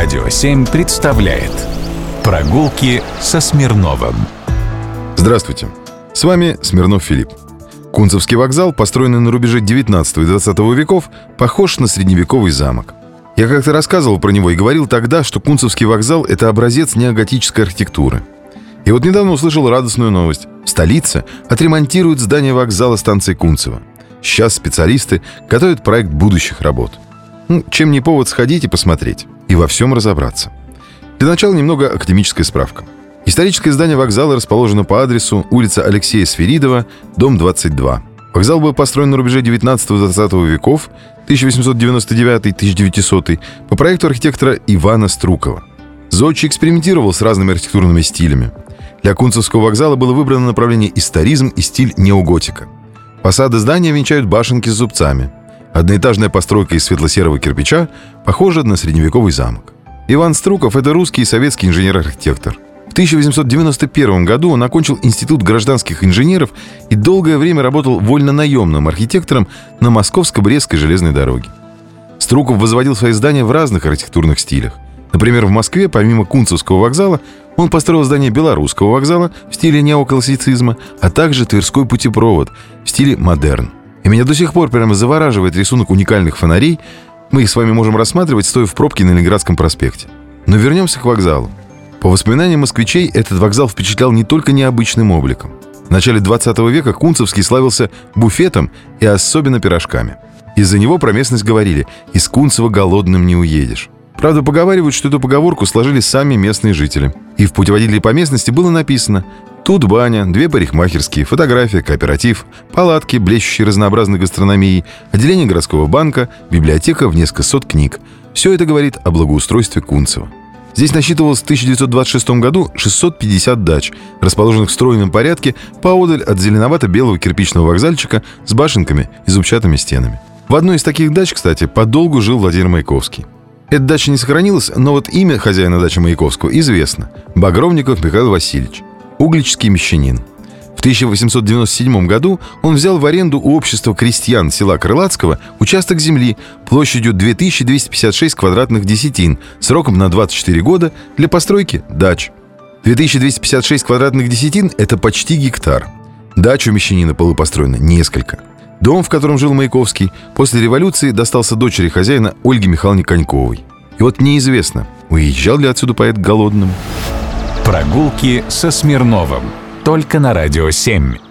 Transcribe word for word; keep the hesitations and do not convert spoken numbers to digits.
Радио семь представляет «Прогулки со Смирновым». Здравствуйте, с вами Смирнов Филипп. Кунцевский вокзал, построенный на рубеже девятнадцатого и двадцатого веков, похож на средневековый замок. Я как-то рассказывал про него и говорил тогда, что Кунцевский вокзал — это образец неоготической архитектуры. И вот недавно услышал радостную новость. В столице отремонтируют здание вокзала станции Кунцево. Сейчас специалисты готовят проект будущих работ. Ну, чем не повод сходить и посмотреть, и во всем разобраться. Для начала немного академическая справка. Историческое здание вокзала расположено по адресу улица Алексея Сверидова, дом двадцать два. Вокзал был построен на рубеже девятнадцатого-двадцатого веков, тысяча восемьсот девяносто девятый — тысяча девятисотый, по проекту архитектора Ивана Струкова. Зодчий экспериментировал с разными архитектурными стилями. Для Кунцевского вокзала было выбрано направление историзм и стиль неоготика. Фасады здания венчают башенки с зубцами. Одноэтажная постройка из светло-серого кирпича похожа на средневековый замок. Иван Струков — это русский и советский инженер-архитектор. В тысяча восемьсот девяносто первом году он окончил Институт гражданских инженеров и долгое время работал вольнонаемным архитектором на Московско-Брестской железной дороге. Струков возводил свои здания в разных архитектурных стилях. Например, в Москве, помимо Кунцевского вокзала, он построил здание Белорусского вокзала в стиле неоклассицизма, а также Тверской путепровод в стиле модерн. И меня до сих пор прямо завораживает рисунок уникальных фонарей. Мы их с вами можем рассматривать, стоя в пробке на Ленинградском проспекте. Но вернемся к вокзалу. По воспоминаниям москвичей, этот вокзал впечатлял не только необычным обликом. В начале двадцатого века Кунцевский славился буфетом и особенно пирожками. Из-за него про местность говорили: «Из Кунцева голодным не уедешь». Правда, поговаривают, что эту поговорку сложили сами местные жители. И в путеводителе по местности было написано: тут баня, две парикмахерские, фотография, кооператив, палатки, блещущие разнообразной гастрономией, отделение городского банка, библиотека в несколько сот книг. Все это говорит о благоустройстве Кунцева. Здесь насчитывалось в тысяча девятьсот двадцать шестом году шестьсот пятьдесят дач, расположенных в стройном порядке поодаль от зеленовато-белого кирпичного вокзальчика с башенками и зубчатыми стенами. В одной из таких дач, кстати, подолгу жил Владимир Маяковский. Эта дача не сохранилась, но вот имя хозяина дачи Маяковского известно – Багровников Михаил Васильевич, угличский мещанин. В тысяча восемьсот девяносто седьмом году он взял в аренду у общества крестьян села Крылатского участок земли площадью две тысячи двести пятьдесят шесть квадратных десятин сроком на двадцать четыре года для постройки дач. две тысячи двести пятьдесят шесть квадратных десятин – это почти гектар. Дач у мещанина было построено несколько. Дом, в котором жил Маяковский, после революции достался дочери хозяина Ольге Михайловне Коньковой. И вот неизвестно, уезжал ли отсюда поэт голодным. Прогулки со Смирновым. Только на Радио семь.